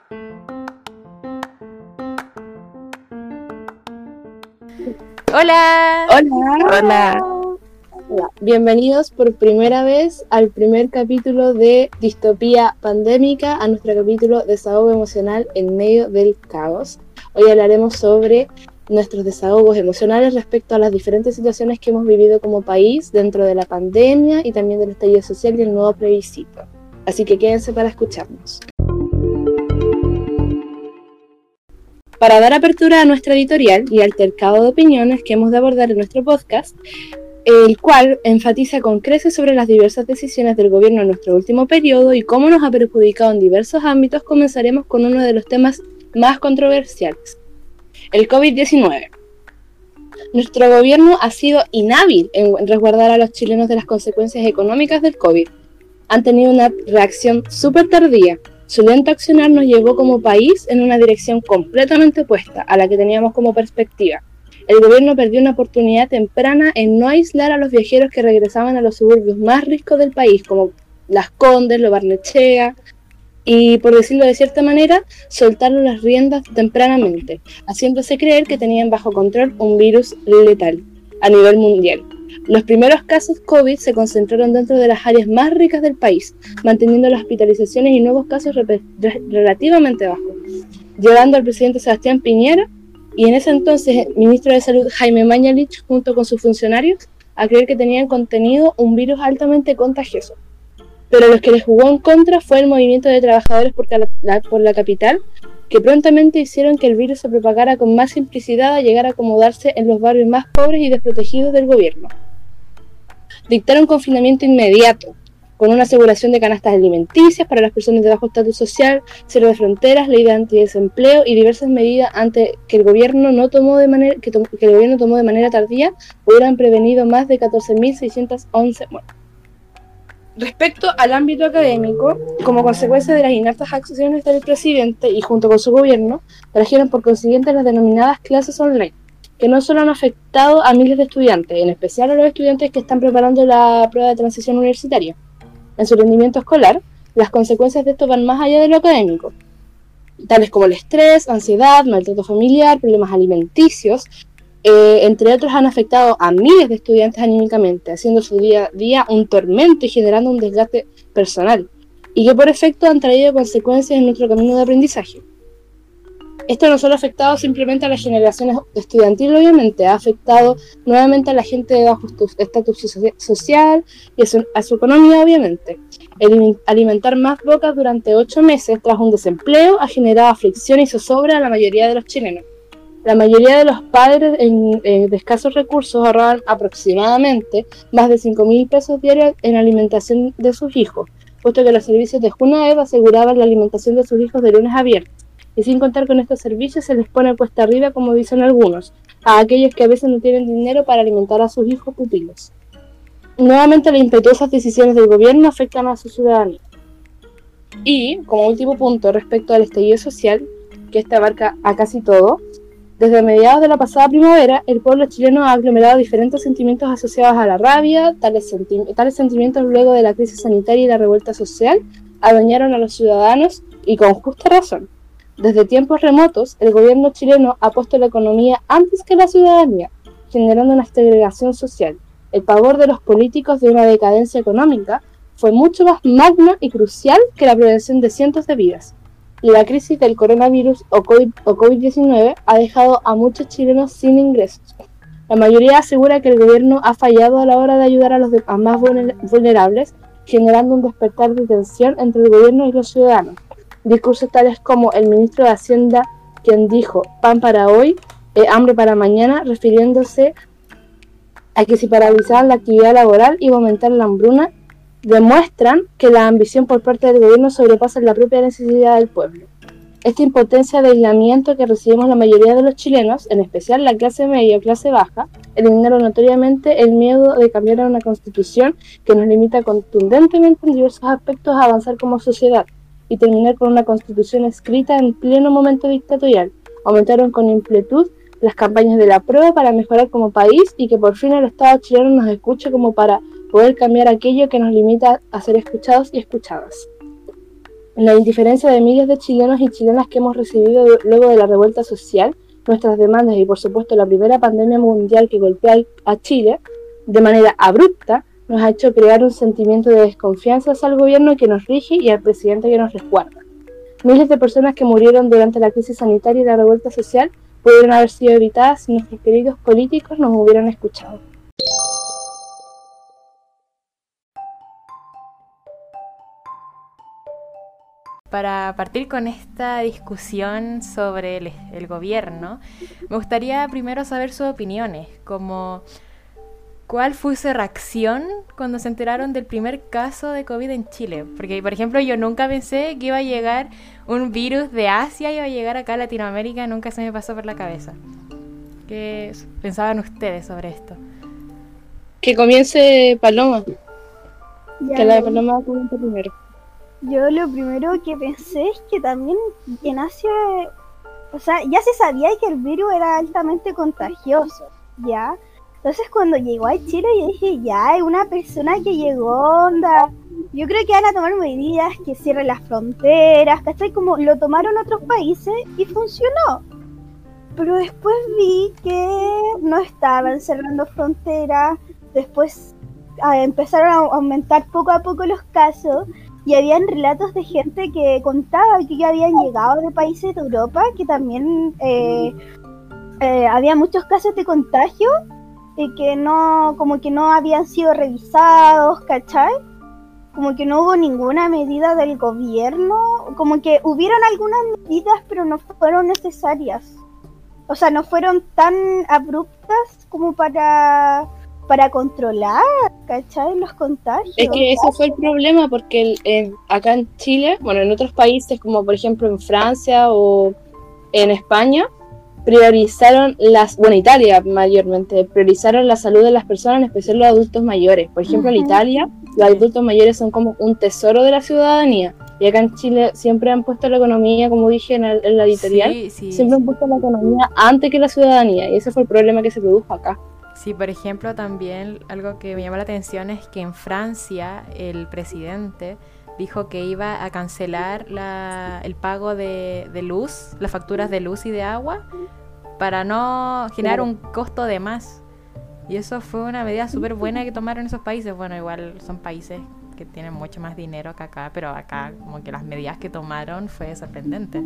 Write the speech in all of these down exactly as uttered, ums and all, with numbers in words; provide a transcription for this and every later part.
Hola. Hola. Hola. Hola. Bienvenidos por primera vez al primer capítulo de Distopía Pandémica, a nuestro capítulo Desahogo Emocional en medio del caos. Hoy hablaremos sobre nuestros desahogos emocionales respecto a las diferentes situaciones que hemos vivido como país dentro de la pandemia y también del estallido social y el nuevo plebiscito. Así que quédense para escucharnos. Para dar apertura a nuestra editorial y al tercado de opiniones que hemos de abordar en nuestro podcast, el cual enfatiza con creces sobre las diversas decisiones del gobierno en nuestro último periodo y cómo nos ha perjudicado en diversos ámbitos, comenzaremos con uno de los temas más controversiales, el covid diecinueve. Nuestro gobierno ha sido inhábil en resguardar a los chilenos de las consecuencias económicas del COVID. Han tenido una reacción súper tardía. Su lento accionar nos llevó como país en una dirección completamente opuesta a la que teníamos como perspectiva. El gobierno perdió una oportunidad temprana en no aislar a los viajeros que regresaban a los suburbios más ricos del país, como Las Condes, Lo Barnechea, y por decirlo de cierta manera, soltaron las riendas tempranamente, haciéndose creer que tenían bajo control un virus letal a nivel mundial. Los primeros casos COVID se concentraron dentro de las áreas más ricas del país, manteniendo las hospitalizaciones y nuevos casos re- re- relativamente bajos, llevando al presidente Sebastián Piñera y en ese entonces ministro de Salud Jaime Mañalich junto con sus funcionarios a creer que tenían contenido un virus altamente contagioso. Pero los que les jugó en contra fue el movimiento de trabajadores por la, por la capital, que prontamente hicieron que el virus se propagara con más simplicidad a llegar a acomodarse en los barrios más pobres y desprotegidos del gobierno. Dictaron confinamiento inmediato, con una aseguración de canastas alimenticias para las personas de bajo estatus social, cierre de fronteras, ley de antidesempleo y diversas medidas ante que el gobierno no tomó de manera que, to- que el gobierno tomó de manera tardía, hubieran prevenido más de catorce mil seiscientas once muertes. Respecto al ámbito académico, como consecuencia de las inaptas acciones del presidente y junto con su gobierno, trajeron por consiguiente las denominadas clases online, que no solo han afectado a miles de estudiantes, en especial a los estudiantes que están preparando la prueba de transición universitaria. En su rendimiento escolar, las consecuencias de esto van más allá de lo académico, tales como el estrés, ansiedad, maltrato familiar, problemas alimenticios, Eh, entre otros han afectado a miles de estudiantes anímicamente, haciendo su día a día un tormento y generando un desgaste personal, y que por efecto han traído consecuencias en nuestro camino de aprendizaje. Esto no solo ha afectado simplemente a las generaciones estudiantiles, obviamente, ha afectado nuevamente a la gente de bajo estatus social y a su, a su economía, obviamente. El alimentar más bocas durante ocho meses tras un desempleo ha generado aflicción y zozobra a la mayoría de los chilenos. La mayoría de los padres en, en, de escasos recursos ahorraban aproximadamente más de cinco mil pesos diarios en alimentación de sus hijos, puesto que los servicios de Junaed aseguraban la alimentación de sus hijos de lunes a viernes. Y sin contar con estos servicios se les pone cuesta arriba, como dicen algunos, a aquellos que a veces no tienen dinero para alimentar a sus hijos pupilos. Nuevamente las impetuosas decisiones del gobierno afectan a su ciudadanía. Y, como último punto respecto al estallido social, que este abarca a casi todo, desde mediados de la pasada primavera, el pueblo chileno ha aglomerado diferentes sentimientos asociados a la rabia. Tales, senti- tales sentimientos, luego de la crisis sanitaria y la revuelta social, adueñaron a los ciudadanos y con justa razón. Desde tiempos remotos, el gobierno chileno ha puesto la economía antes que la ciudadanía, generando una segregación social. El pavor de los políticos de una decadencia económica fue mucho más magna y crucial que la prevención de cientos de vidas. Y la crisis del coronavirus o COVID diecinueve ha dejado a muchos chilenos sin ingresos. La mayoría asegura que el gobierno ha fallado a la hora de ayudar a los de, a más vulnerables, generando un despertar de tensión entre el gobierno y los ciudadanos. Discursos tales como el ministro de Hacienda, quien dijo pan para hoy, eh, hambre para mañana, refiriéndose a que si paralizaban la actividad laboral iba a aumentar la hambruna, demuestran que la ambición por parte del gobierno sobrepasa la propia necesidad del pueblo. Esta impotencia de aislamiento que recibimos la mayoría de los chilenos, en especial la clase media o clase baja, eliminaron notoriamente el miedo de cambiar a una constitución que nos limita contundentemente en diversos aspectos a avanzar como sociedad y terminar con una constitución escrita en pleno momento dictatorial. Aumentaron con amplitud las campañas de la prueba para mejorar como país y que por fin el Estado chileno nos escuche como para poder cambiar aquello que nos limita a ser escuchados y escuchadas. La indiferencia de miles de chilenos y chilenas que hemos recibido luego de la revuelta social, nuestras demandas y por supuesto la primera pandemia mundial que golpea a Chile de manera abrupta, nos ha hecho crear un sentimiento de desconfianza hacia el gobierno que nos rige y al presidente que nos resguarda. Miles de personas que murieron durante la crisis sanitaria y la revuelta social pudieron haber sido evitadas si nuestros queridos políticos nos hubieran escuchado. Para partir con esta discusión sobre el, el gobierno, me gustaría primero saber sus opiniones, como cuál fue su reacción cuando se enteraron del primer caso de COVID en Chile. Porque, por ejemplo, yo nunca pensé que iba a llegar un virus de Asia, iba a llegar acá a Latinoamérica, nunca se me pasó por la cabeza. ¿Qué pensaban ustedes sobre esto? Que comience Paloma, Ya, que la de Paloma comience primero. Yo lo primero que pensé es que también en Asia, o sea, ya se sabía que el virus era altamente contagioso, ¿ya? Entonces cuando llegó a Chile yo dije, ya, es una persona que llegó, onda, yo creo que van a tomar medidas que cierren las fronteras, ¿cachai? Como lo tomaron otros países y funcionó. Pero después vi que no estaban cerrando fronteras, después a, empezaron a aumentar poco a poco los casos. Y habían relatos de gente que contaba que ya habían llegado de países de Europa, que también eh, eh, había muchos casos de contagio y que no, como que no habían sido revisados, ¿cachai? Como que no hubo ninguna medida del gobierno, como que hubieron algunas medidas pero no fueron necesarias. O sea, no fueron tan abruptas como para... para controlar, ¿cachai? Los contagios. Es que ese fue el problema porque el, eh, acá en Chile, bueno, en otros países como por ejemplo en Francia o en España, priorizaron las, bueno, Italia mayormente, priorizaron la salud de las personas, en especial los adultos mayores. Por ejemplo, uh-huh. En Italia, los adultos mayores son como un tesoro de la ciudadanía. Y acá en Chile siempre han puesto la economía, como dije en, el, en la editorial, sí, sí, siempre sí. han puesto la economía antes que la ciudadanía. Y ese fue el problema que se produjo acá. Sí, por ejemplo, también algo que me llama la atención es que en Francia el presidente dijo que iba a cancelar la, el pago de, de luz, las facturas de luz y de agua, para no generar un costo de más. Y eso fue una medida súper buena que tomaron esos países. Bueno, igual son países que tienen mucho más dinero que acá, pero acá como que las medidas que tomaron fue sorprendente.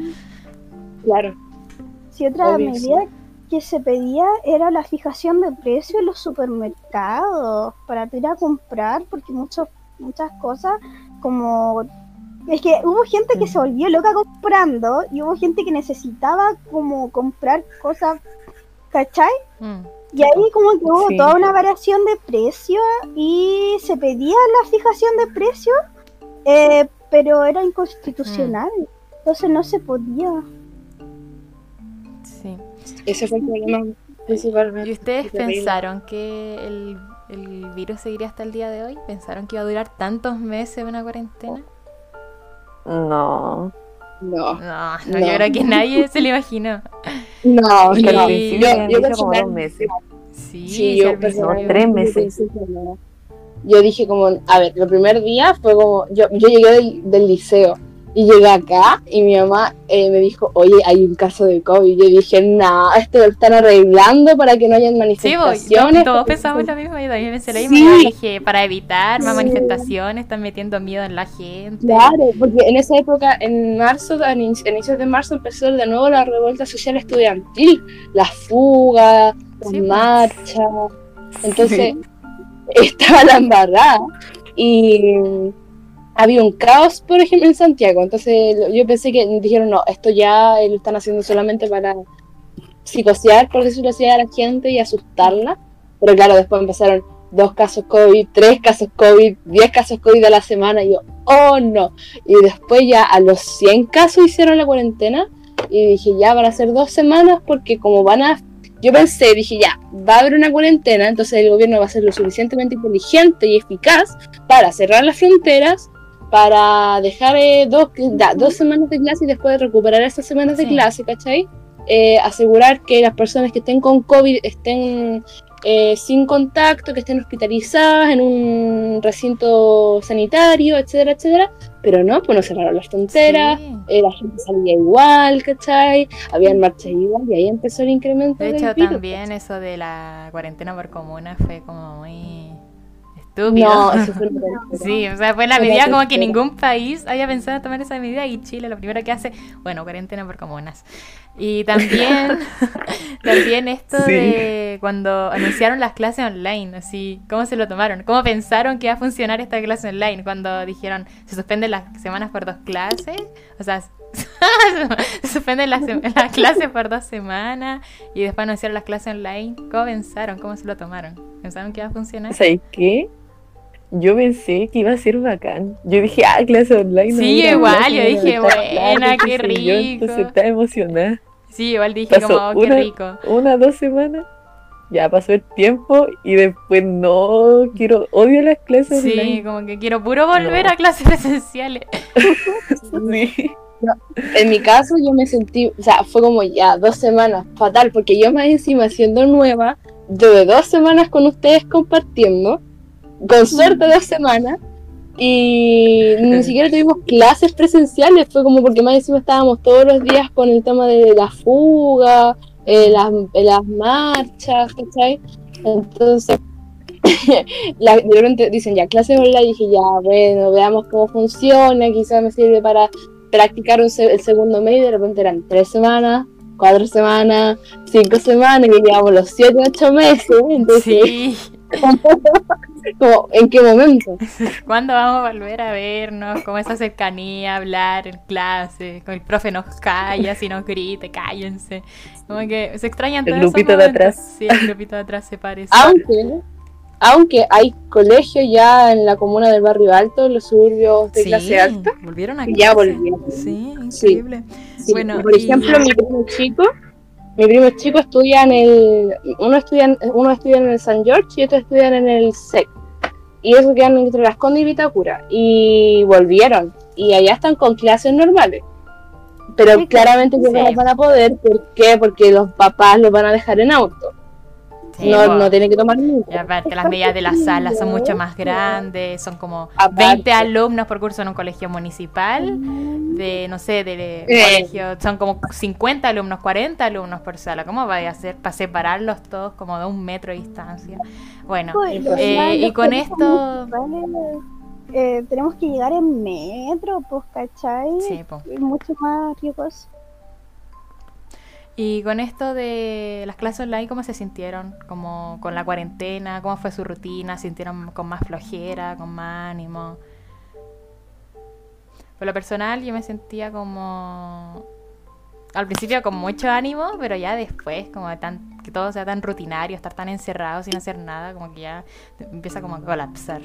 Claro. Sí, otra Obvio, medida sí. que se pedía era la fijación de precios en los supermercados para ir a comprar, porque muchos muchas cosas como... Es que hubo gente que se volvió loca comprando y hubo gente que necesitaba como comprar cosas, ¿cachai? Mm. Y ahí como que hubo sí. toda una variación de precios y se pedía la fijación de precios, eh, pero era inconstitucional, mm. entonces no se podía. Sí. Ese fue el problema principalmente. ¿Y ustedes pensaron que el, el virus seguiría hasta el día de hoy? ¿Pensaron que iba a durar tantos meses una cuarentena? No. No. No, no, no. Yo creo que nadie se lo imaginó. No, sí, no. Al principio habían dicho como dos meses. Sí, sí yo no, tres meses. Yo dije como, a ver, el primer día fue como, yo, yo llegué del, del liceo y llegué acá y mi mamá eh, me dijo, oye, hay un caso de COVID. Yo dije, no, esto lo están arreglando para que no hayan manifestaciones. Sí, voy, todos pensamos lo mismo, yo también pensé lo mismo. Sí. Dije, para evitar más sí. manifestaciones, están metiendo miedo en la gente. Claro, porque en esa época, en marzo, a inicios de marzo, empezó de nuevo la revuelta social estudiantil, las fugas, las sí, marchas, entonces sí. estaba la embarrada y... había un caos, por ejemplo, en Santiago. Entonces yo pensé que dijeron, no, esto ya lo están haciendo solamente para psicosear, por decirlo así, a la gente y asustarla. Pero claro, después empezaron dos casos COVID, tres casos COVID, diez casos COVID a la semana. Y yo, oh no. Y después ya a los cien casos hicieron la cuarentena. Y dije, ya van a ser dos semanas porque como van a... Yo pensé, dije, ya, va a haber una cuarentena, entonces el gobierno va a ser lo suficientemente inteligente y eficaz para cerrar las fronteras, para dejar eh, dos, da, dos semanas de clase y después de recuperar esas semanas de sí. clase, ¿cachai? Eh, asegurar que las personas que estén con COVID estén eh, sin contacto, que estén hospitalizadas en un recinto sanitario, etcétera, etcétera, Pero no, pues nos cerraron las fronteras, Sí. eh, la gente salía igual, ¿cachai? Habían marchas igual y ahí empezó el incremento De del hecho, virus. también eso de la cuarentena por comuna fue como muy estúpido. No, eso fue una tontera. Sí, o sea, fue la Fue medida una como que tontera. ningún país haya pensado en tomar esa medida y Chile lo primero que hace, bueno, cuarentena por comunas. Y también, también esto Sí. de cuando anunciaron las clases online, así, ¿cómo se lo tomaron? ¿Cómo pensaron que iba a funcionar esta clase online cuando dijeron se suspenden las semanas por dos clases? O sea, se suspenden las, sem- las clases por dos semanas y después anunciaron las clases online. ¿Cómo pensaron? ¿Cómo se lo tomaron? ¿Pensaron que iba a funcionar? ¿Sabes qué? Yo pensé que iba a ser bacán. Yo dije, ah, clase online. no Sí, voy a ir a igual, clase, yo van a dije, estar buena, clases, qué sé yo, rico. Entonces estaba emocionada. Sí, igual dije Pasó como, oh, qué una, rico. una, dos semanas. Ya pasó el tiempo y después no quiero, odio las clases Sí, online. como que quiero puro volver No. a clases presenciales. Sí. En mi caso yo me sentí, o sea, fue como ya dos semanas, fatal, porque yo más encima siendo nueva, de dos semanas con ustedes compartiendo, con suerte dos semanas, y ni siquiera tuvimos clases presenciales, fue como porque más encima estábamos todos los días con el tema de la fuga, eh, las, eh, las marchas, ¿cachai? Entonces, la, de repente dicen ya clases online, y dije ya, bueno, veamos cómo funciona, quizás me sirve para practicar un se- el segundo medio, y de repente eran tres semanas, cuatro semanas, cinco semanas, y llevamos los siete, ocho meses, entonces, Sí, como, ¿en qué momento? ¿cuándo vamos a volver a vernos? Como esa cercanía, hablar en clase, con el profe nos calla, si nos grite, cállense. Como que se extrañan El todos esos grupito de momentos. atrás. Sí, el grupito de atrás se parece. Aunque, aunque hay colegios ya en la comuna del Barrio Alto, en los suburbios de Sí, clase alta, volvieron a ya clase. volvieron. Sí, Sí. increíble. Sí, Bueno, por y- ejemplo, mi primo chico, mi primo chico estudia en el, uno estudia, uno estudia en el San George y otro estudia en el S E C. Y eso quedan entre Las Condes y Vitacura. Y volvieron. Y allá están con clases normales. Pero Sí, claramente que sí. no las van a poder. ¿Por qué? Porque los papás los van a dejar en auto. sí, no, po. no tienen que tomar ningún. Y aparte las medidas de la sala son mucho más grandes, son como Aparte. veinte alumnos por curso en un colegio municipal, de, no sé, de Eh. colegio, son como cincuenta alumnos, cuarenta alumnos por sala. ¿Cómo vaya a hacer para separarlos todos como de un metro de distancia? Bueno, Pues, pues, eh, ya y los con colegios esto... municipales, eh, tenemos que llegar en metro, pues, ¿cachai? Sí, po. Es mucho más riesgoso. Y con esto de las clases online, ¿cómo se sintieron? Como con la cuarentena, ¿cómo fue su rutina? ¿Sintieron con más flojera, con más ánimo? Por lo personal, yo me sentía como... Al principio con mucho ánimo, pero ya después, como de tan, que todo sea tan rutinario, estar tan encerrado sin hacer nada, como que ya empieza como a colapsar.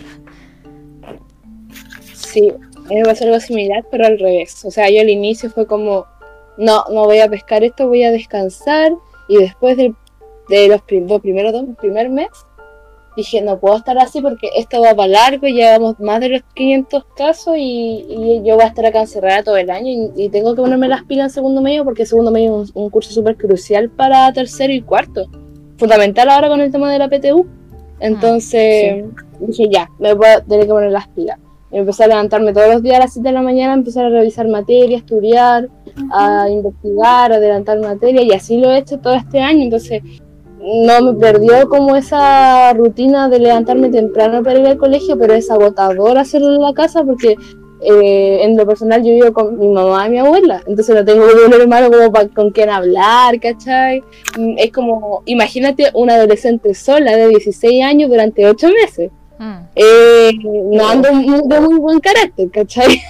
Sí, a mí me pasó algo similar, pero al revés. O sea, yo al inicio fue como, no, no voy a pescar esto, voy a descansar. Y después del- de los, prim- los primeros dos, primer mes, dije, no puedo estar así porque esto va para largo, llevamos más de los quinientos casos y, y yo voy a estar acá encerrada todo el año y, y tengo que ponerme las pilas en segundo medio porque segundo medio es un, un curso súper crucial para tercero y cuarto. Fundamental ahora con el tema de la P T U. Entonces dije, ya, me voy a tener que poner las pilas. Y empecé a levantarme todos los días a las siete de la mañana, empezar a revisar materia, a estudiar, a investigar, a adelantar materia, y así lo he hecho todo este año. Entonces no me perdió como esa rutina de levantarme temprano para ir al colegio, pero es agotador hacerlo en la casa porque eh, en lo personal yo vivo con mi mamá y mi abuela, entonces no tengo un hermano como pa- con quien hablar, ¿cachai? Mm, Es como, imagínate una adolescente sola de dieciséis años durante ocho meses. Mm. Eh, no ando mu- de muy buen carácter, ¿cachai?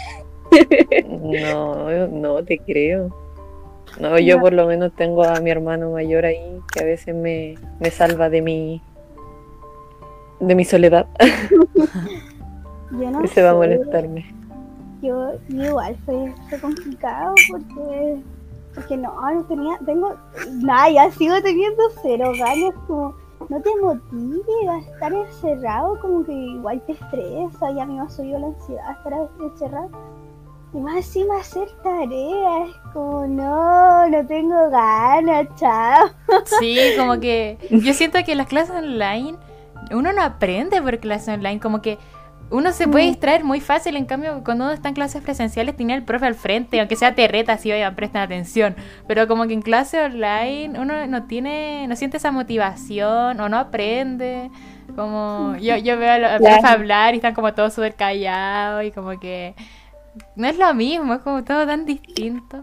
No, no te creo. No, yo por lo menos tengo a mi hermano mayor ahí que a veces me, me salva de mi de mi soledad. Yo no Y se va a sé, molestarme. Yo, yo igual fue, fue complicado porque, porque no, no tenía, tengo, nada, ya sigo teniendo cero ganas, como no te motive a estar encerrado, como que igual te estresa, y a mí me ha subido la ansiedad estar encerrado. Y más encima hacer tareas, como no, no tengo ganas, chao. Sí, como que yo siento que las clases online, uno no aprende por clases online, como que uno se puede distraer muy fácil. En cambio, cuando uno está en clases presenciales, tenía el profe al frente, aunque sea te reta, así, oigan, presten atención. Pero como que en clase online uno no tiene, no siente esa motivación o no aprende. Como yo, yo veo a los Claro. profes hablar y están como todos súper callados y como que no es lo mismo, es como todo tan distinto.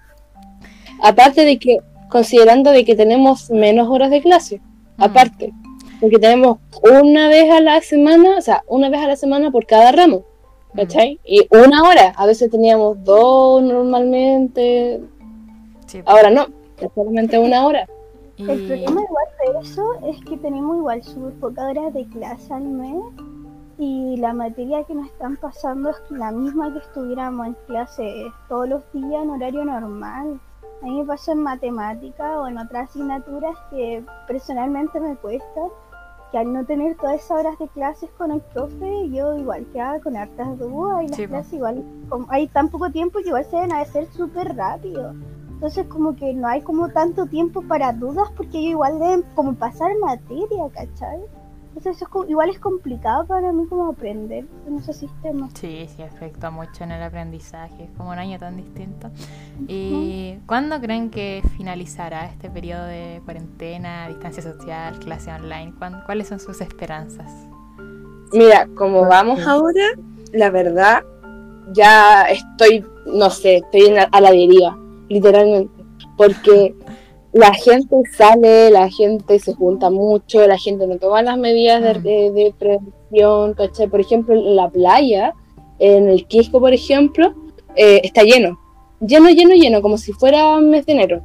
Aparte de que, considerando de que tenemos menos horas de clase, Mm. aparte, porque tenemos una vez a la semana, o sea, una vez a la semana por cada ramo, ¿cachai? Y una hora, a veces teníamos dos normalmente, Sí. ahora no, es solamente una hora. Y... El problema igual de eso es que tenemos igual súper pocas horas de clase al mes y la materia que nos están pasando es la misma que estuviéramos en clase todos los días en horario normal. A mí me pasa en matemática o en otras asignaturas que personalmente me cuesta, que al no tener todas esas horas de clases con el profe, yo igual quedaba con hartas dudas y las Sí, po. clases igual, como hay tan poco tiempo que igual se deben hacer súper rápido. Entonces como que no hay como tanto tiempo para dudas porque ellos igual deben como pasar materia, ¿cachai? Entonces eso es como- igual es complicado para mí como aprender en ese sistema. Sí, sí, afecta mucho en el aprendizaje. Es como un año tan distinto. ¿Y cuándo creen que finalizará este periodo de cuarentena, distancia social, clase online? ¿Cuán- ¿Cuáles son sus esperanzas? Mira, como vamos ahora, la verdad, ya estoy, no sé, estoy en la- a la deriva, literalmente, porque la gente sale, la gente se junta mucho, la gente no toma las medidas de, Mm. de, de prevención, ¿cachai? Por ejemplo, en la playa, en el Quisco, por ejemplo, eh, está lleno, lleno, lleno, lleno, como si fuera mes de enero.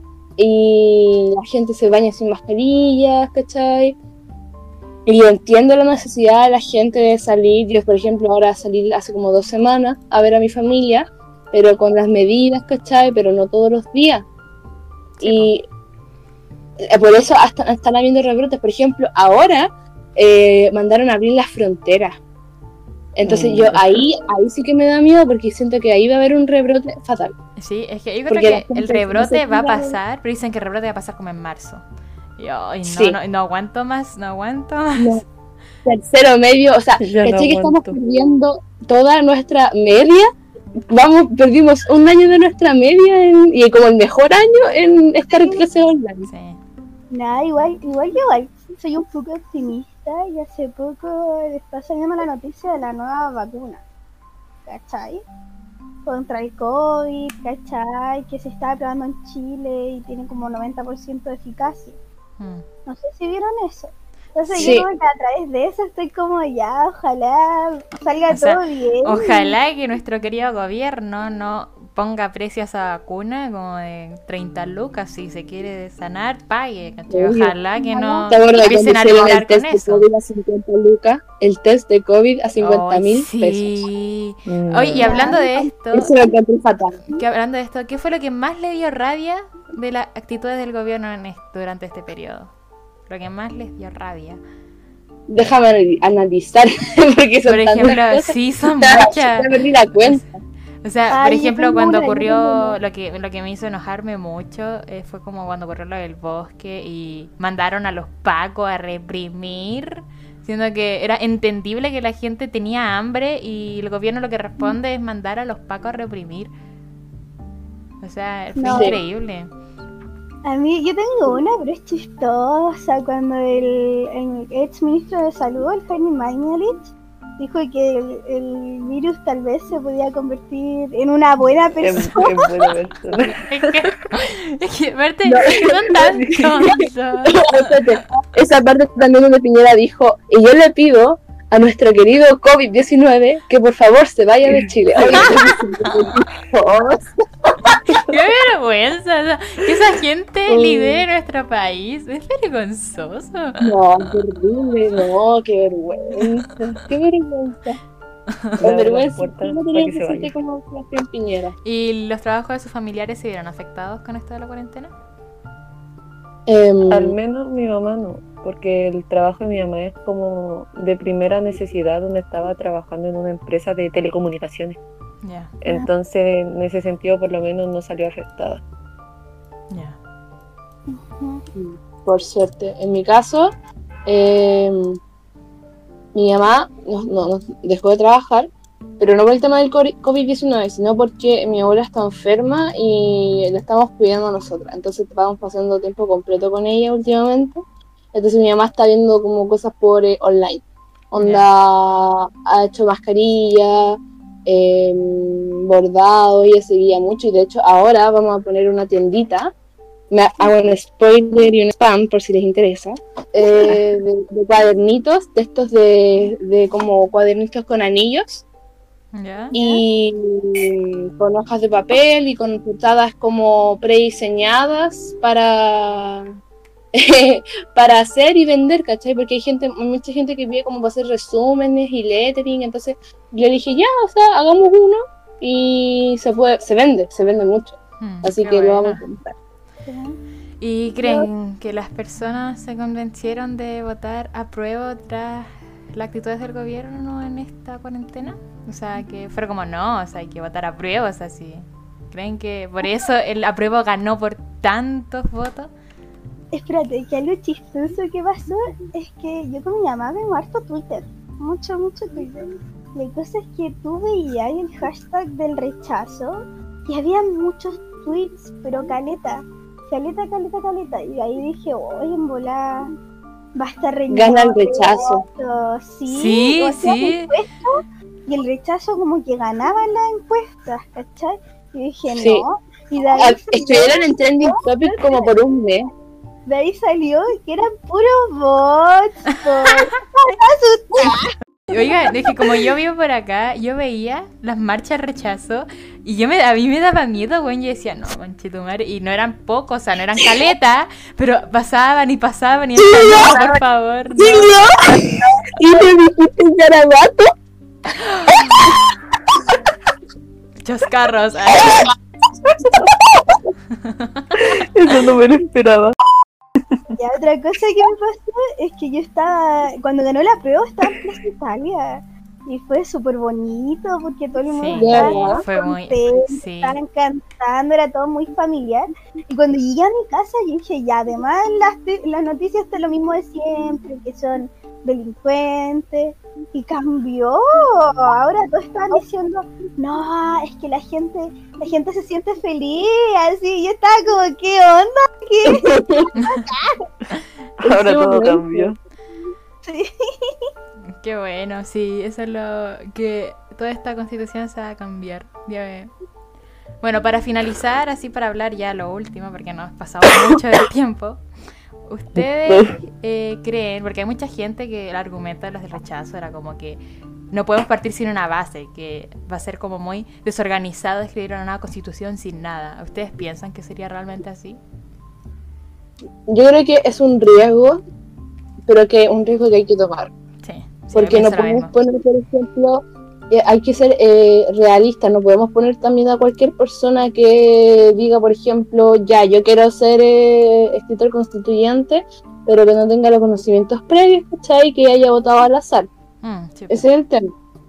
Y la gente se baña sin mascarillas, ¿cachai? Y yo entiendo la necesidad de la gente de salir. Yo, por ejemplo, ahora salí hace como dos semanas a ver a mi familia, pero con las medidas, ¿cachai? Pero no todos los días. Y eh, por eso hasta están habiendo rebrotes. Por ejemplo, ahora eh, mandaron a abrir las fronteras. Entonces Mm. yo ahí, ahí sí que me da miedo porque siento que ahí va a haber un rebrote fatal. Sí, es que yo creo Porque la que gente el rebrote se va a tira- pasar, pero dicen que el rebrote va a pasar como en marzo. Y yo, ay, no, Sí. no, no aguanto más, no aguanto más. No. Tercero medio, o sea, Ya no ¿cachai que estamos aguanto. perdiendo toda nuestra media? Vamos, perdimos un año de nuestra media en- y como el mejor año en estar en clase online. Sí. Nada, igual, igual yo igual soy un poco optimista y hace poco está saliendo la noticia de la nueva vacuna, ¿cachai? Contra el COVID, ¿cachai? Que se está probando en Chile y tiene como noventa por ciento de eficacia. Mm. No sé si vieron eso. Entonces Sí. yo como que a través de eso estoy como ya, ojalá salga O sea, todo bien. Ojalá que nuestro querido gobierno no ponga precio a esa vacuna como de treinta lucas. Si se quiere sanar, pague. ¿cachai? Obvio. Ojalá que no ¿Te acuerdas empiecen cuando a hicieron lucrar el test con de eso. COVID a cincuenta lucas? El test de COVID a cincuenta mil Ay, pesos. sí. Mm. Oye, y hablando de esto, Eso lo encontré fatal. que hablando de esto, ¿qué fue lo que más le dio rabia de las actitudes del gobierno en est- durante este periodo? Lo que más les dio rabia. Déjame anali- analizar, porque son Por tantas ejemplo, cosas. sí, son Ya muchas. perdí la cuenta. O sea, Ay, por yo ejemplo, tengo cuando una, yo ocurrió tengo una. lo que lo que me hizo enojarme mucho eh, fue como cuando ocurrió lo del bosque y mandaron a los pacos a reprimir, siendo que era entendible que la gente tenía hambre y el gobierno lo que responde es mandar a los pacos a reprimir. O sea, fue No. increíble. A mí, yo tengo una, pero es chistosa. Cuando el, el ex ministro de Salud, el Jaime Mañalich, dijo que el, el virus tal vez se podía convertir en una buena Es, persona. es buena persona. Es que, es que aparte, No. es que son tan tontos. Espérate, esa parte también donde Piñera dijo, y yo le pido a nuestro querido COVID diecinueve que por favor se vaya de Chile. Oye, Qué vergüenza. O sea, que esa gente lidere nuestro país. Es vergonzoso. no, qué horrible, no, qué vergüenza, qué vergüenza. Le Con abro vergüenza, las puertas no para tenía que que se sentir vaya. como Sebastián Piñera. ¿Y los trabajos de sus familiares se vieron afectados con esto de la cuarentena? Em, Al menos mi mamá no, porque el trabajo de mi mamá es como de primera necesidad, donde estaba trabajando en una empresa de telecomunicaciones. Ya, Entonces, en ese sentido, por lo menos no salió afectada. ya. Ujú. por suerte. En mi caso, em, mi mamá nos, nos dejó de trabajar, pero no por el tema del covid diecinueve, sino porque mi abuela está enferma y la estamos cuidando nosotras. Entonces estamos pasando tiempo completo con ella últimamente. Entonces mi mamá está viendo como cosas por eh, online. Onda, yeah. Ha hecho mascarilla, eh, bordado, ella seguía mucho. Y de hecho ahora vamos a poner una tiendita. Me hago un spoiler y un spam por si les interesa. Eh, de, de cuadernitos, de estos de, de como cuadernitos con anillos. Yeah. Y con hojas de papel y con portadas como prediseñadas para para hacer y vender, ¿cachai? Porque hay gente, mucha gente que pide como para hacer resúmenes y lettering. Entonces yo le dije, ya, o sea, hagamos uno y se puede, se vende, se vende mucho. Hmm, así que buena. lo vamos a comprar. ¿Y creen que las personas se convencieron de votar a prueba tras las actitudes del gobierno en esta cuarentena? O sea, que fuera como, no, o sea, hay que votar a prueba, o sea, sí. ¿Creen que por eso el apruebo ganó por tantos votos? Espérate, que algo chistoso que pasó es que yo con mi mamá veo harto Twitter, mucho, mucho Twitter. La cosa es que tú veías el hashtag del rechazo y había muchos tweets, pero caleta, caleta, caleta, caleta. Y ahí dije, oye, en volá, va a estar reñido. Gana el rechazo. Sí, sí. O sea, sí. encuestas, y el rechazo como que ganaba en las encuestas, ¿cachai? Y dije, sí. no. Y de ahí estuvieron en trending topic como por un mes. De ahí salió que eran puros bots, Oiga, es que como yo vivo por acá, yo veía las marchas rechazo y yo me, a mí me daba miedo, güey. Yo decía, no, conchetumare, y no eran pocos, o sea, no eran caletas, pero pasaban y pasaban y decían, no, por favor, no. ¿Sí, no? ¿Y me dijiste un garabato? Chascarros. Eso no me lo esperaba. Y otra cosa que me pasó es que yo estaba, cuando ganó la prueba estaba en Plaza Italia y fue súper bonito porque todo el mundo sí, estaba fue muy, contento, sí. estaban cantando, era todo muy familiar. Y cuando llegué a mi casa yo dije, ya, además las, las noticias están lo mismo de siempre, que son delincuentes, y cambió. Ahora todos estaban diciendo, no, es que la gente la gente se siente feliz, así. Yo estaba como, ¿qué onda? ¿Qué? Ahora todo cambió. Sí. Qué bueno, sí, eso es lo que toda esta constitución se va a cambiar. Ya ve. Bueno, para finalizar, así para hablar ya lo último, porque nos pasamos mucho del tiempo. ¿Ustedes eh, creen, porque hay mucha gente que el argumento de los del rechazo era como que no podemos partir sin una base, que va a ser como muy desorganizado escribir una nueva constitución sin nada? ¿Ustedes piensan que sería realmente así? Yo creo que es un riesgo, pero que un riesgo que hay que tomar. Sí, sí, porque no podemos poner, por ejemplo, eh, hay que ser eh, realistas, no podemos poner también a cualquier persona que diga, por ejemplo, ya, yo quiero ser eh, escritor constituyente, pero que no tenga los conocimientos previos, ¿cachai? Que haya votado al azar. Mm, sí. Ese es el tema.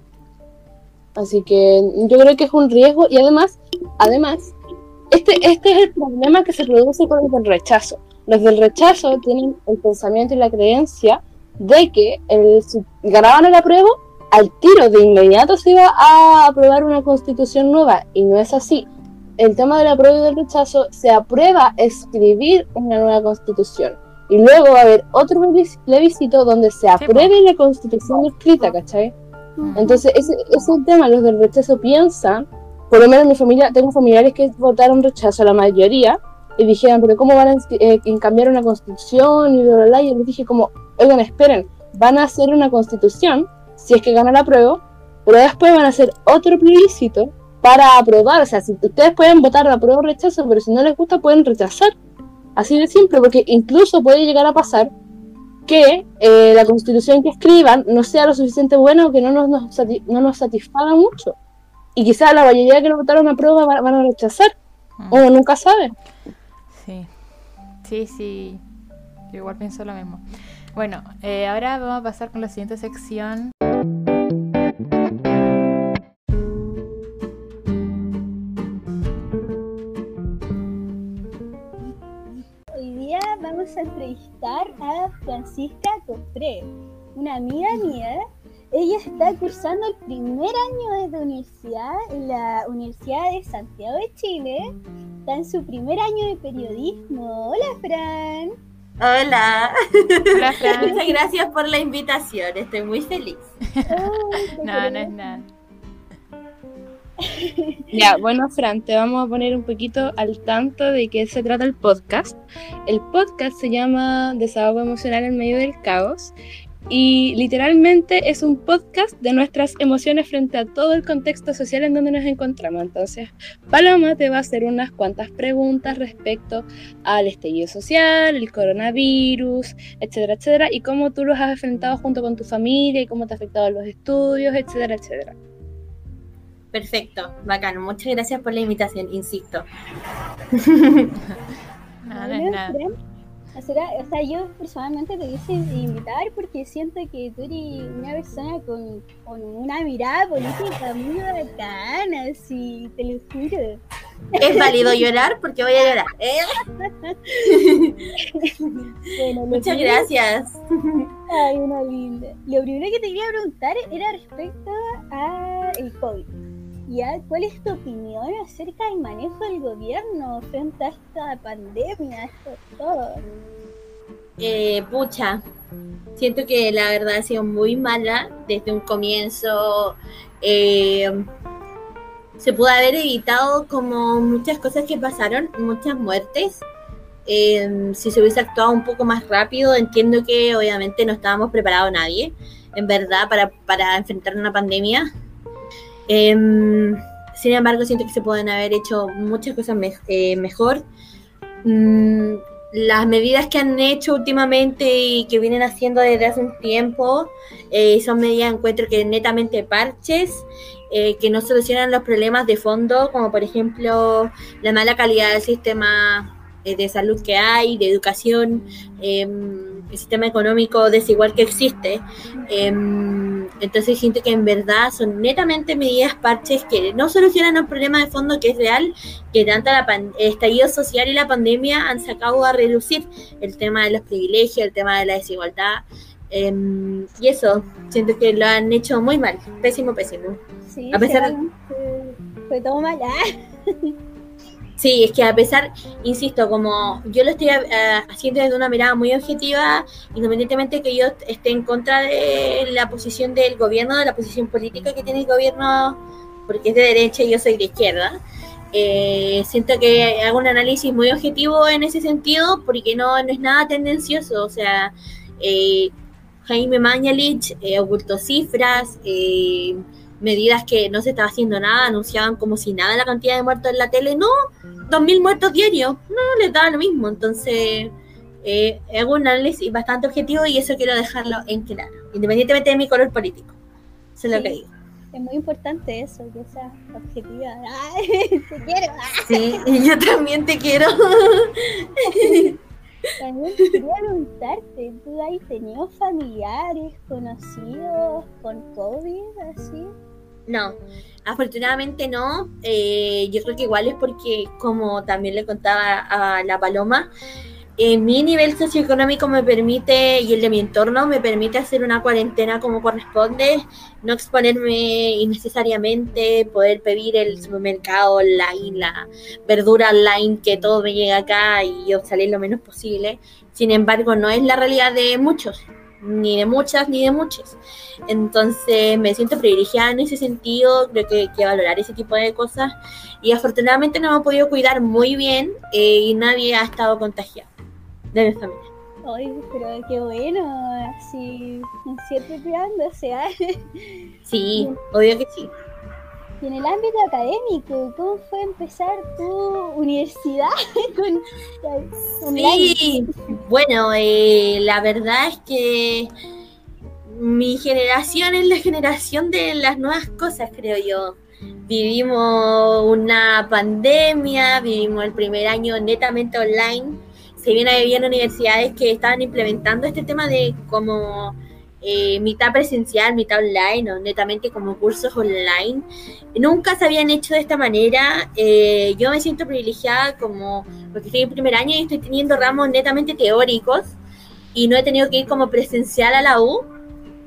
Así que yo creo que es un riesgo y además, además, este, este es el problema que se produce con los del rechazo. Los del rechazo tienen el pensamiento y la creencia de que el, si ganaban el apruebo, al tiro de inmediato se iba a aprobar una constitución nueva, y no es así. El tema del apruebo y del rechazo, se aprueba escribir una nueva constitución y luego va a haber otro plebiscito donde se apruebe la constitución escrita, ¿cachai? Entonces ese, ese es el tema. Los del rechazo piensan, por lo menos en mi familia, tengo familiares que votaron rechazo, la mayoría, y dijeron, pero ¿cómo van a eh, cambiar una constitución? Y bla, bla, bla. Y yo les dije como, oigan, esperen, van a hacer una constitución si es que gana la prueba, pero después van a hacer otro plebiscito para aprobar. O sea, si ustedes pueden votar a prueba o rechazo, pero si no les gusta pueden rechazar. Así de simple, porque incluso puede llegar a pasar que eh, la constitución que escriban no sea lo suficiente buena o que no nos, nos, sati- no nos satisfaga mucho. Y quizás la mayoría que lo votaron a prueba van, van a rechazar. Mm. Uno nunca sabe. Sí, sí, sí. Yo igual pienso lo mismo. Bueno, eh, ahora vamos a pasar con la siguiente sección. Hoy día vamos a entrevistar a Francisca Cofré. una amiga mía, ella está cursando el primer año de universidad en la Universidad de Santiago de Chile. Está en su primer año de periodismo. Hola, Fran. Hola. Hola, Fran. Muchas gracias por la invitación, estoy muy feliz. Oh, te No, no es queremos. nada. Ya, bueno, Fran, te vamos a poner un poquito al tanto de qué se trata el podcast. El podcast se llama Desahogo Emocional en Medio del Caos y literalmente es un podcast de nuestras emociones frente a todo el contexto social en donde nos encontramos. Entonces, Paloma te va a hacer unas cuantas preguntas respecto al estallido social, el coronavirus, etcétera, etcétera, y cómo tú los has enfrentado junto con tu familia y cómo te ha afectado los estudios, etcétera, etcétera. Perfecto, bacano, muchas gracias por la invitación, insisto. No, no es Bueno, nada. Fran, o sea, o sea, yo personalmente te quise invitar porque siento que tú eres una persona con, con una mirada política muy bacana, así, te lo juro. ¿Es válido llorar? Porque voy a llorar. ¿eh? Bueno, lo Muchas primero- gracias. Ay, una linda. Lo primero que te quería preguntar era respecto a el COVID. ¿Ya? ¿Cuál es tu opinión acerca del manejo del gobierno frente a esta pandemia, a esto todo? Eh, pucha, siento que la verdad ha sido muy mala desde un comienzo. Eh, se pudo haber evitado como muchas cosas que pasaron, muchas muertes. Eh, si se hubiese actuado un poco más rápido, entiendo que obviamente no estábamos preparados nadie, en verdad, para, para enfrentar una pandemia. Eh, sin embargo, siento que se pueden haber hecho muchas cosas me- eh, mejor. Mm, las medidas que han hecho últimamente y que vienen haciendo desde hace un tiempo eh, son medidas, encuentro que netamente parches, eh, que no solucionan los problemas de fondo, como por ejemplo la mala calidad del sistema eh, de salud que hay, de educación, eh, el sistema económico desigual que existe. Eh, entonces siento que en verdad son netamente medidas parches que no solucionan un problema de fondo que es real, que tanto la pan- el estallido social y la pandemia han sacado a relucir el tema de los privilegios, el tema de la desigualdad. Eh, y eso, siento que lo han hecho muy mal, pésimo, pésimo. Sí, A pesar- realmente fue todo mal. Ah, Sí, es que a pesar, insisto, como yo lo estoy eh, haciendo desde una mirada muy objetiva, independientemente que yo esté en contra de la posición del gobierno, de la posición política que tiene el gobierno, porque es de derecha y yo soy de izquierda, eh, siento que hago un análisis muy objetivo en ese sentido, porque no, no es nada tendencioso, o sea, eh, Jaime Mañalich eh, ocultó cifras, eh, medidas que no se estaba haciendo nada, anunciaban como si nada la cantidad de muertos en la tele, no, dos mil muertos diarios, no, les daba lo mismo, entonces eh, hago un análisis bastante objetivo y eso quiero dejarlo en claro, independientemente de mi color político, eso es lo Sí. que digo. es muy importante eso, que sea objetiva. Ay, te quiero. Ah, Sí, y yo también te quiero. también quería preguntarte, ¿tú has tenido familiares, conocidos con COVID, así? No, afortunadamente no. Eh, yo creo que igual es porque, como también le contaba a la Paloma, eh, mi nivel socioeconómico me permite, y el de mi entorno, me permite hacer una cuarentena como corresponde, no exponerme innecesariamente, poder pedir el supermercado online, la verdura online, que todo me llega acá y yo salir lo menos posible. Sin embargo, no es la realidad de muchos, ni de muchas, ni de muchos. Entonces me siento privilegiada en ese sentido, creo que hay que valorar ese tipo de cosas y afortunadamente no me he podido cuidar muy bien eh, y nadie ha estado contagiado de mi familia. Ay, pero qué bueno, así, siempre cuidándose, ¿ah? Sí, obvio que sí. Y en el ámbito académico, ¿cómo fue empezar tu universidad con, con Sí, bueno, eh, la verdad es que mi generación es la generación de las nuevas cosas, creo yo. Vivimos una pandemia, vivimos el primer año netamente online. Se bien habían universidades que estaban implementando este tema de como eh, mitad presencial, mitad online, o netamente como cursos online. Nunca se habían hecho de esta manera. Eh, yo me siento privilegiada como porque estoy en primer año y estoy teniendo ramos netamente teóricos y no he tenido que ir como presencial a la U.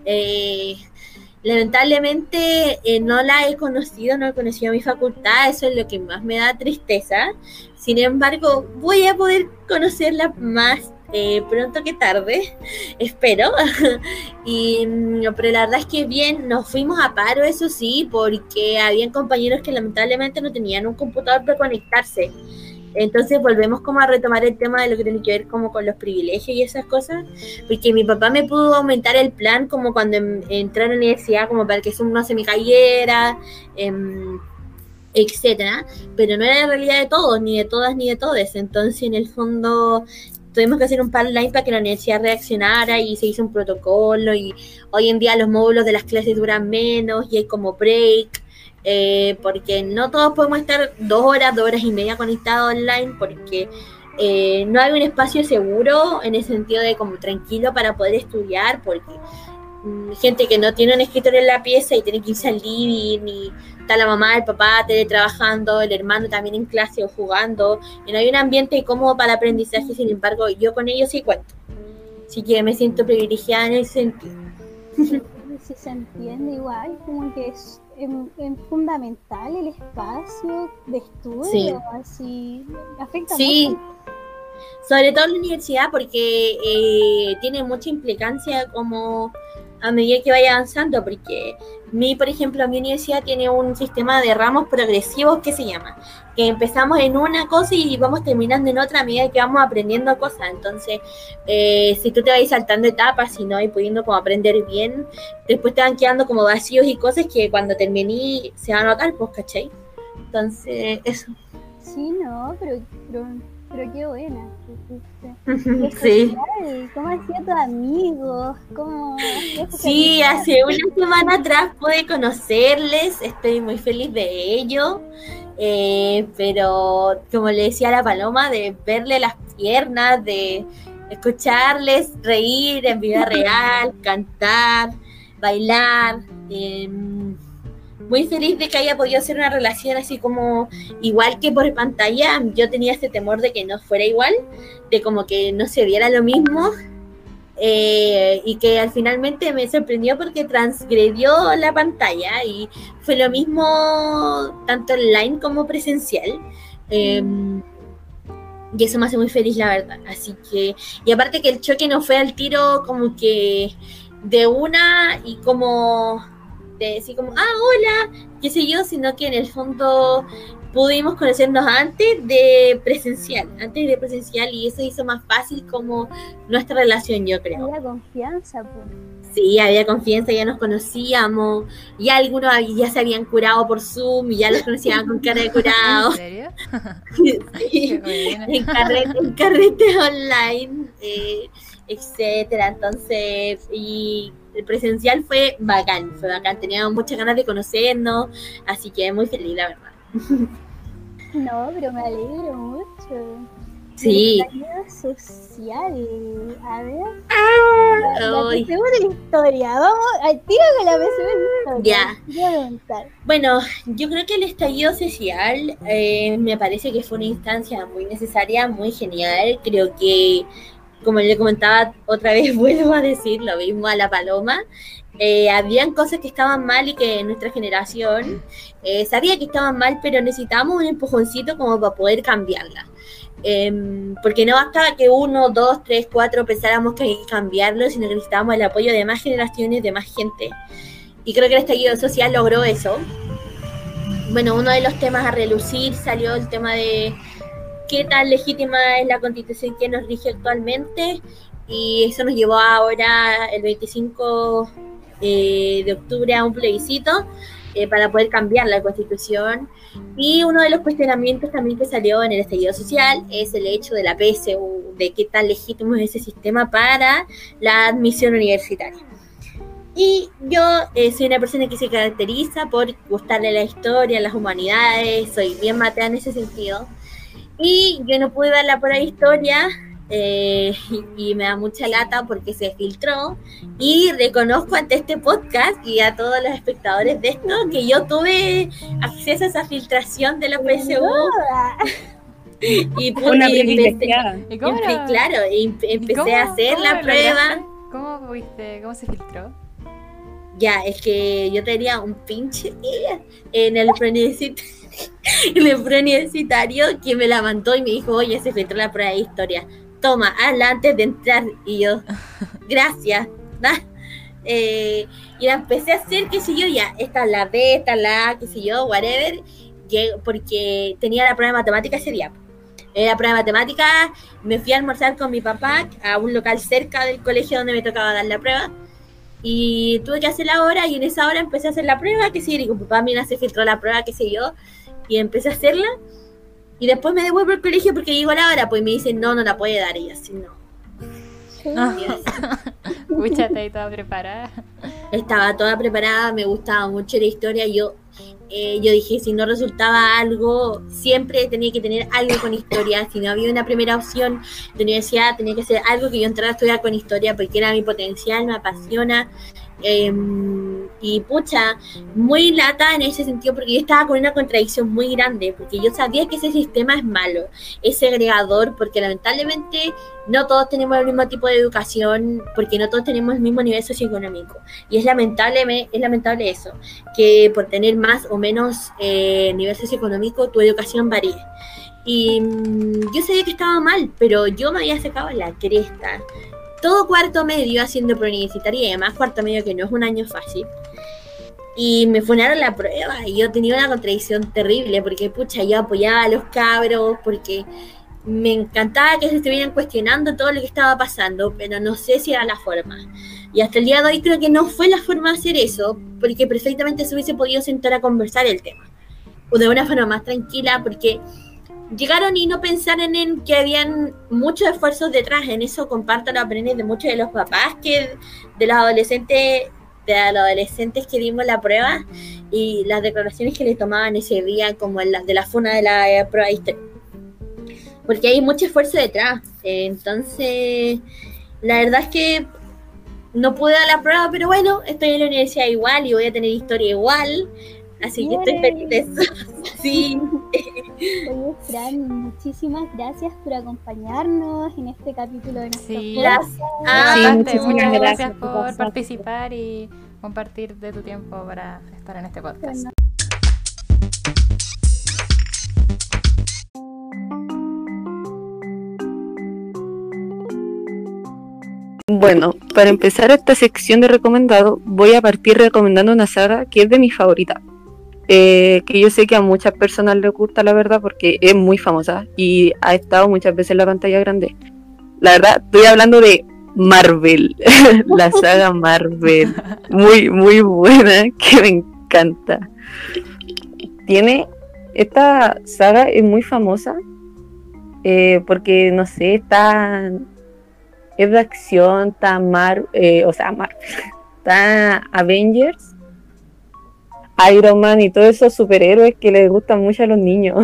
Eh, lamentablemente eh, no la he conocido, no he conocido a mi facultad, eso es lo que más me da tristeza. Sin embargo, voy a poder conocerla más eh, pronto que tarde, espero. y, pero la verdad es que bien, nos fuimos a paro, eso sí, porque habían compañeros que lamentablemente no tenían un computador para conectarse. Entonces volvemos como a retomar el tema de lo que tiene que ver como con los privilegios y esas cosas, porque mi papá me pudo aumentar el plan como cuando em, entré a la universidad, como para que eso no se me cayera, eh, etcétera, pero no era la realidad de todos, ni de todas, ni de todes. Entonces en el fondo tuvimos que hacer un pipeline para que la universidad reaccionara y se hizo un protocolo, y hoy en día los módulos de las clases duran menos y hay como break. Eh, porque no todos podemos estar dos horas, dos horas y media conectados online, porque eh, no hay un espacio seguro en el sentido de como tranquilo para poder estudiar, porque mm, gente que no tiene un escritorio en la pieza y tiene que irse al living, y está la mamá, el papá teletrabajando, el hermano también en clase o jugando, y no hay un ambiente cómodo para aprendizaje. Sin embargo, yo con ellos sí cuento, así que me siento privilegiada en ese sentido. Si se entiende igual, como que es Es, es fundamental el espacio de estudio, sí. Así afecta sí. mucho. Sobre todo en la universidad, porque eh, tiene mucha implicancia como a medida que vaya avanzando, porque mi, por ejemplo, mi universidad tiene un sistema de ramos progresivos que se llama, que empezamos en una cosa y vamos terminando en otra a medida que vamos aprendiendo cosas. Entonces, eh, si tú te vas saltando etapas y no vas pudiendo como aprender bien, después te van quedando como vacíos y cosas que cuando terminé se van a notar, pues, ¿cachai? Entonces, eso. Sí, no, pero, pero, pero qué buena. Sí. ¿Cómo hacía tus amigos? ¿Cómo sí, hace una semana atrás pude conocerles, estoy muy feliz de ello, eh, pero como le decía a la Paloma, de verle las piernas, de escucharles reír en vida real, cantar, bailar, eh, muy feliz de que haya podido hacer una relación así como igual que por pantalla. Yo tenía este temor de que no fuera igual, de como que no se viera lo mismo, eh, y que al finalmente me sorprendió porque transgredió la pantalla y fue lo mismo tanto online como presencial. Eh, y eso me hace muy feliz, la verdad. Así que, y aparte que el choque no fue al tiro como que de una y como de decir como, ah, hola, qué sé yo, sino que en el fondo pudimos conocernos antes de presencial, antes de presencial, y eso hizo más fácil como nuestra relación, yo creo. Había confianza, pues. Sí, había confianza, ya nos conocíamos, ya algunos ya se habían curado por Zoom y ya los conocían con cara de curado. ¿En serio? Sí, en, carrete, en carretes online, eh, etcétera. Entonces, y el presencial fue bacán, fue bacán, teníamos muchas ganas de conocernos, así que muy feliz, la verdad. No, pero me alegro mucho. Sí. La social, a ver. Ah, la P S U de historia, vamos al tiro con la P S U de historia. Ya. Voy a preguntar. Bueno, yo creo que el estallido social eh, me parece que fue una instancia muy necesaria, muy genial. Creo que, como le comentaba otra vez, vuelvo a decir lo mismo a la Paloma, eh, habían cosas que estaban mal y que nuestra generación eh, sabía que estaban mal, pero necesitábamos un empujoncito como para poder cambiarla. Eh, porque no bastaba que uno, dos, tres, cuatro pensáramos que hay que cambiarlo, sino que necesitábamos el apoyo de más generaciones, de más gente. Y creo que el estallido social logró eso. Bueno, uno de los temas a relucir salió el tema de qué tan legítima es la constitución que nos rige actualmente, y eso nos llevó ahora el veinticinco eh, de octubre a un plebiscito eh, para poder cambiar la constitución. Y uno de los cuestionamientos también que salió en el estallido social es el hecho de la P S U, de qué tan legítimo es ese sistema para la admisión universitaria. Y yo eh, soy una persona que se caracteriza por gustarle la historia, las humanidades, soy bien matea en ese sentido. Y yo no pude dar la pura historia, eh, y, y me da mucha lata porque se filtró. Y reconozco ante este podcast y a todos los espectadores de esto que yo tuve acceso a esa filtración de la P S U. Y, pues, una y empecé, ¿Y cómo empecé, era? claro, y empe- ¿Y empecé cómo- a hacer cómo la lo prueba. lograste? ¿Cómo viste? ¿Cómo se filtró? Ya, es que yo tenía un pinche en el preuniversitario, en el preuniversitario que me la mandó y me dijo, oye, se filtró la prueba de historia. Toma, hazla antes de entrar. Y yo, gracias. ¿no? Eh, y la empecé a hacer, qué sé yo, ya, esta es la B, esta es la A, qué sé yo, whatever, porque tenía la prueba de matemática ese día. En la prueba de matemática me fui a almorzar con mi papá a un local cerca del colegio donde me tocaba dar la prueba. Y tuve que hacer la hora y en esa hora empecé a hacer la prueba, que sí, y con papá mira se filtró la prueba, qué sé yo, y empecé a hacerla. Y después me devuelvo al colegio porque llegó la hora, pues me dicen, no, no la puede dar. Y yo así, no. Pucha, estoy toda preparada. Estaba toda preparada, me gustaba mucho la historia. Yo, eh, yo dije, si no resultaba algo, siempre tenía que tener algo con historia. Si no había una primera opción de universidad, tenía que ser algo que yo entrara a estudiar con historia, porque era mi potencial, me apasiona. Eh, y pucha, muy lata en ese sentido, porque yo estaba con una contradicción muy grande, porque yo sabía que ese sistema es malo, es segregador, porque lamentablemente no todos tenemos el mismo tipo de educación, porque no todos tenemos el mismo nivel socioeconómico, y es lamentable, es lamentable eso, que por tener más o menos eh, nivel socioeconómico tu educación varíe. Y mmm, yo sabía que estaba mal, pero yo me había sacado la cresta todo cuarto medio haciendo preuniversitaria y además cuarto medio que no es un año fácil, y me funaron la prueba y yo tenía una contradicción terrible porque pucha, yo apoyaba a los cabros porque me encantaba que se estuvieran cuestionando todo lo que estaba pasando, pero no sé si era la forma, y hasta el día de hoy creo que no fue la forma de hacer eso, porque perfectamente se hubiese podido sentar a conversar el tema o de una forma más tranquila, porque llegaron y no pensaron en que habían muchos esfuerzos detrás. En eso comparto los opiniones de muchos de los papás, que de los adolescentes, de los adolescentes que dimos la prueba, y las declaraciones que les tomaban ese día, como la, de la funa de la prueba de historia, porque hay mucho esfuerzo detrás. Entonces, la verdad es que no pude dar la prueba, pero bueno, estoy en la universidad igual y voy a tener historia igual. Así que estoy feliz de eso. Sí. Oye, Fran, muchísimas gracias por acompañarnos en este capítulo de nuestro Sí, podcast. Ah, sí, muchísimas muchas gracias, gracias por por pasar. participar y compartir de tu tiempo para estar en este podcast. Bueno. Bueno, para empezar esta sección de recomendado, voy a partir recomendando una saga que es de mis favoritas. Eh, que yo sé que a muchas personas les gusta, la verdad, porque es muy famosa y ha estado muchas veces en la pantalla grande. La verdad, estoy hablando de Marvel, la saga Marvel, muy, muy buena, que me encanta. Tiene, esta saga es muy famosa eh, porque, no sé, está, es de acción, está Mar, eh, o sea, Marvel, está Avengers, Iron Man y todos esos superhéroes que les gustan mucho a los niños.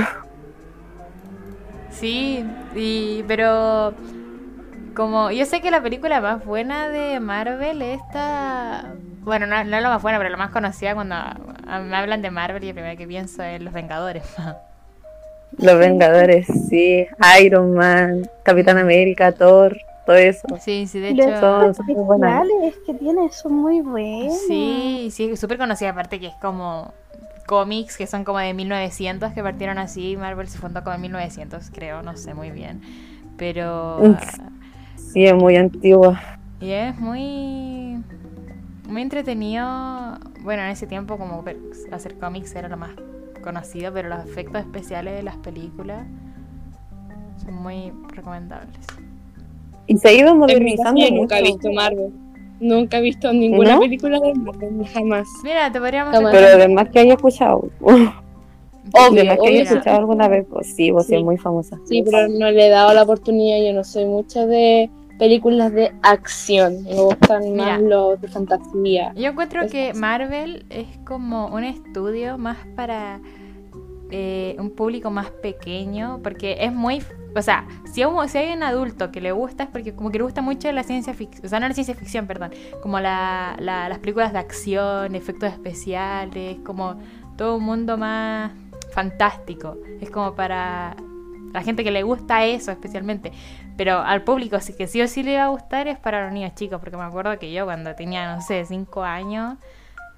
Sí, y, pero como yo sé que la película más buena de Marvel es esta, bueno, no, no es la más buena, pero la más conocida. Cuando me hablan de Marvel y lo primero que pienso es Los Vengadores. Los Vengadores, sí, Iron Man, Capitán América, Thor, todo eso. Sí, sí, de Los hecho. Son- son muy buenas. especiales que tiene son muy buenos. Sí, sí, súper conocida, aparte que es como cómics que son como de mil novecientos, que partieron así. Marvel se fundó como en mil novecientos, creo, no sé muy bien. Pero Uf. Sí, es muy antigua. y es muy muy entretenido. Bueno, en ese tiempo como ver- hacer cómics era lo más conocido, pero los efectos especiales de las películas son muy recomendables. Y se ha ido En mi modernizando caso, yo nunca he mucho. visto Marvel. Nunca he visto ninguna ¿No? película de Marvel, jamás. Mira, te podríamos Toma. Pero además que haya escuchado. Obvio, Además que haya obvio. escuchado alguna vez, pues sí, pues sí, Sí. es muy famosa. Sí, pero no le he dado la oportunidad. Yo no soy mucho de películas de acción. Me gustan más Mira. los de fantasía. Yo encuentro Es- que Marvel es como un estudio más para eh, un público más pequeño, porque es muy, o sea, si, hubo- si hay un adulto que le gusta es porque como que le gusta mucho la ciencia ficción, o sea, no la ciencia ficción, perdón, como la, la- las películas de acción, efectos especiales, como todo un mundo más fantástico. Es como para la gente que le gusta eso especialmente. Pero al público que sí o sí le va a gustar es para los niños chicos, porque me acuerdo que yo cuando tenía, no sé, cinco años,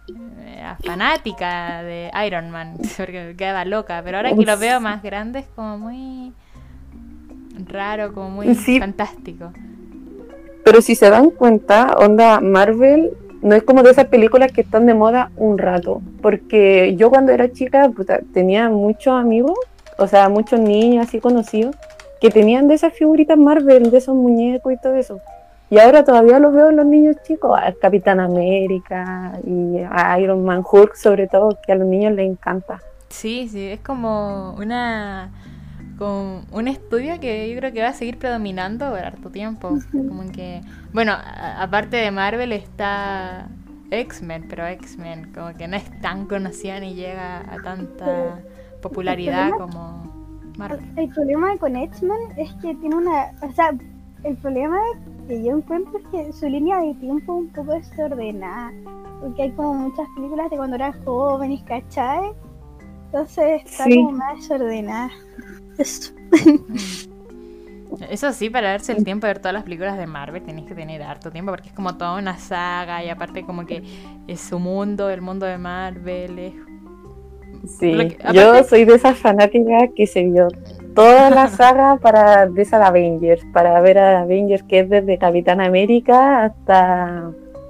era fanática de Iron Man, porque me quedaba loca, pero ahora que lo veo más grande es como muy raro, como muy Sí. fantástico. Pero si se dan cuenta, onda Marvel no es como de esas películas que están de moda un rato. Porque yo cuando era chica puta, tenía muchos amigos, o sea, muchos niños así conocidos, que tenían de esas figuritas Marvel, de esos muñecos y todo eso. Y ahora todavía los veo en los niños chicos, a Capitán América y a Iron Man, Hulk sobre todo, que a los niños les encanta. Sí, sí, es como una con un estudio que yo creo que va a seguir predominando por harto tiempo. Como que, bueno, a- aparte de Marvel está X-Men, pero X-Men como que no es tan conocida ni llega a tanta popularidad como Marvel. El problema con X-Men es que tiene una... O sea, el problema que yo encuentro es que su línea de tiempo es un poco desordenada. Porque hay como muchas películas de cuando eran jóvenes, ¿cachai? Entonces está Sí. como más desordenada. Eso. Eso sí, para darse el tiempo de ver todas las películas de Marvel tenéis que tener harto tiempo porque es como toda una saga y aparte como que es su mundo, el mundo de Marvel, es Sí, Lo que- yo aparte- soy de esas fanáticas que se vio toda la saga para de esa de Avengers, para ver a Avengers, que es desde Capitán América hasta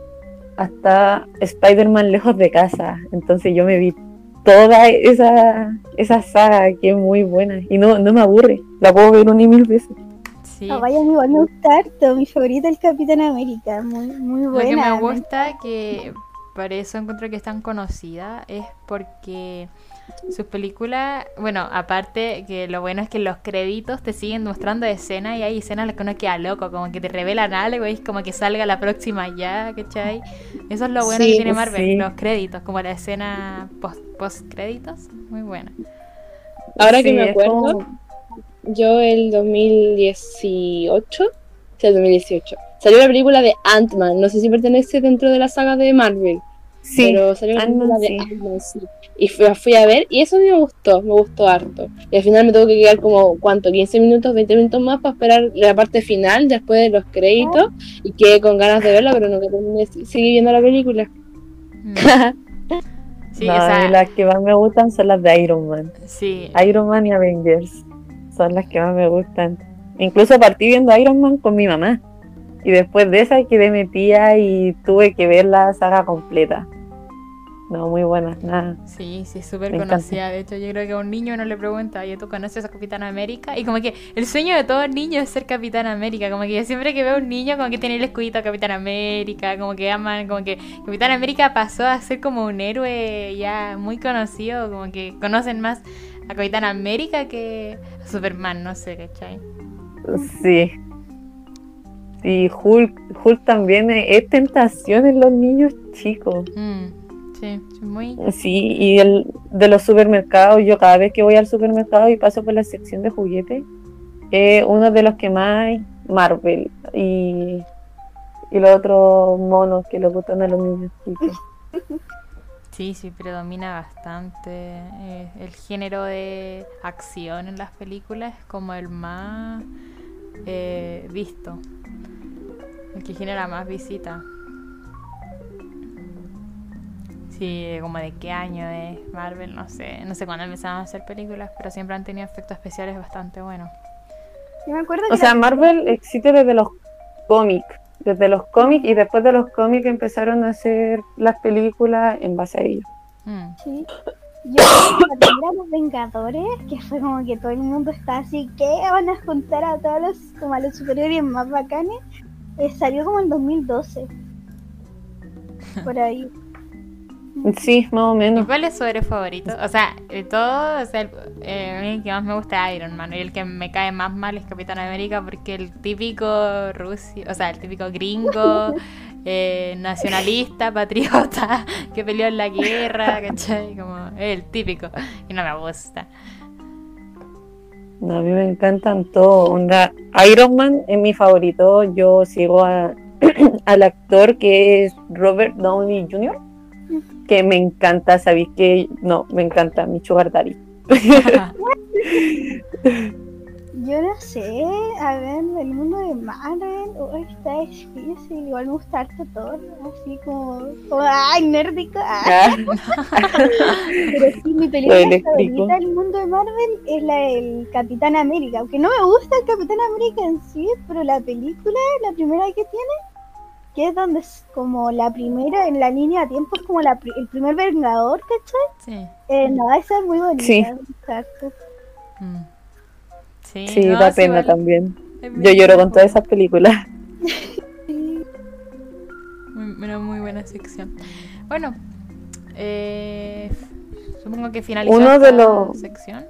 hasta Spider-Man lejos de casa. Entonces yo me vi toda esa esa saga que es muy buena y no, no me aburre, la puedo ver una y mil veces. sí. Ah, vaya, igual me gusta harto. Mi favorita es el Capitán América. Muy, muy Lo buena. que me me gusta, que por eso encuentro que es tan conocida, es porque sus películas, bueno, aparte que lo bueno es que los créditos te siguen mostrando escenas y hay escenas en las que uno queda loco, como que te revelan algo y es como que salga la próxima ya, ¿cachai? Eso es lo bueno Sí, que tiene Marvel, sí. los créditos, como la escena post, post créditos, muy buena. Ahora Sí, que me es acuerdo, como- yo el dos mil dieciocho, sí, el dos mil dieciocho, salió la película de Ant-Man, no sé si pertenece dentro de la saga de Marvel, Sí, pero salió la película Ant-Man, de sí. Ant-Man, sí. Y fui, fui a ver, y eso me gustó, me gustó harto. Y al final me tuve que quedar como, ¿cuánto? quince minutos, veinte minutos más para esperar la parte final, después de los créditos, y quedé con ganas de verla, pero nunca terminé, seguí viendo la película. Mm. Sí, No, o a mí sea, las que más me gustan son las de Iron Man. sí, Iron Man y Avengers son las que más me gustan. Incluso partí viendo Iron Man con mi mamá. Y después de esa quedé metida y tuve que ver la saga completa. No, muy buena, nada. sí, sí, es súper Me encanta. conocida. De hecho, yo creo que a un niño uno le pregunta, oye, ¿tú conoces a Capitán América? Y como que el sueño de todo niño es ser Capitán América. Como que yo siempre que veo a un niño, como que tiene el escudito a Capitán América, como que aman, como que Capitán América pasó a ser como un héroe ya muy conocido, como que conocen más a Capitán América que a Superman, no sé, ¿cachai? Sí. Y Hulk, Hulk también es, es tentación en los niños chicos. Mm, sí, sí, muy... Sí, y el, de los supermercados, yo cada vez que voy al supermercado y paso por la sección de juguetes, es uno de los que más hay, Marvel y, y los otros monos que les gustan a los niños chicos. Sí, sí, predomina bastante. Eh, el género de acción en las películas es como el más eh, visto, el que genera más visitas. Sí, como de qué año es Marvel, no sé, no sé cuándo empezaron a hacer películas, pero siempre han tenido efectos especiales bastante buenos. Yo me acuerdo que O sea, la- Marvel existe desde los cómics, desde los cómics y después de los cómics empezaron a hacer las películas en base a ellos. Mm. Sí. Yo cuando la primera Los Vengadores, que fue como que todo el mundo está así, ¿qué? Van a juntar a todos los, como a los superhéroes más bacanes. Eh, salió como en dos mil doce. Por ahí. Sí, más o ¿Y menos. cuál es su héroe favorito? O sea, de todo, o sea, el, eh, a mí el que más me gusta es Iron Man. Y el que me cae más mal es Capitán América porque el típico Rusia, o sea, el típico gringo, eh, nacionalista, patriota, que peleó en la guerra, ¿cachai? Como el típico. Y no me gusta. No, a mí me encantan todos. Onda, Iron Man es mi favorito. Yo sigo a- al actor que es Robert Downey junior, que me encanta, ¿sabéis que? No, me encanta mi sugar daddy. Yo no sé, a ver, el mundo de Marvel, oh, está difícil, igual me gusta harto todo, así como, como ay, nérdico, ah. Pero sí, mi película favorita del mundo de Marvel es la del Capitán América, aunque no me gusta el Capitán América en sí, pero la película, la primera que tiene, que es donde es como la primera, en la línea de tiempo, es como la, el primer Vengador, ¿cachai? Sí. Eh, no, esa es muy bonita, Sí. me gusta harto. Mm. Sí, Sí, no, da es pena igual. también. Es Yo bien lloro con bonito. todas esas películas. Muy, una muy buena sección. Bueno, eh, supongo que finalizó Uno esta de los- sección.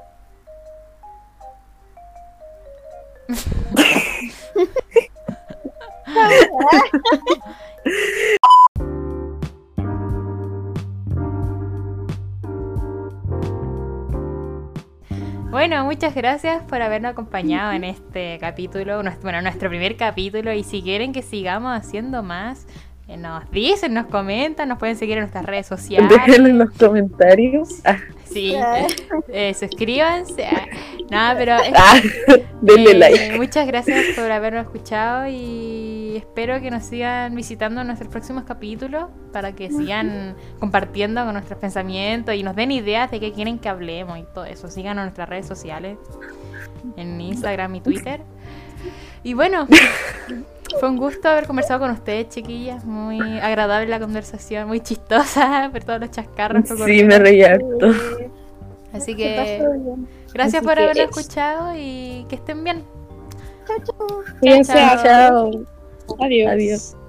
Bueno, muchas gracias por habernos acompañado en este capítulo, nuestro, bueno, nuestro primer capítulo, y si quieren que sigamos haciendo más, eh, nos dicen, nos comentan, nos pueden seguir en nuestras redes sociales. Déjenlo en los comentarios. Ah, Sí, eh, suscríbanse. Ah, no, pero es- ah, denle eh, like. muchas gracias por habernos escuchado y espero que nos sigan visitando en nuestros próximos capítulos para que sigan compartiendo con nuestros pensamientos y nos den ideas de qué quieren que hablemos y todo eso. Síganos en nuestras redes sociales, en Instagram y Twitter. Y bueno, fue un gusto haber conversado con ustedes, chiquillas. Muy agradable la conversación, muy chistosa por todos los chascarros que Sí, ocurrieron. me reí harto. Eh, Así se que pasó bien. gracias Así por que habernos eso. escuchado y que estén bien. Chao, chao. Cuídense, Chao, chao. chao. Adiós. Adiós.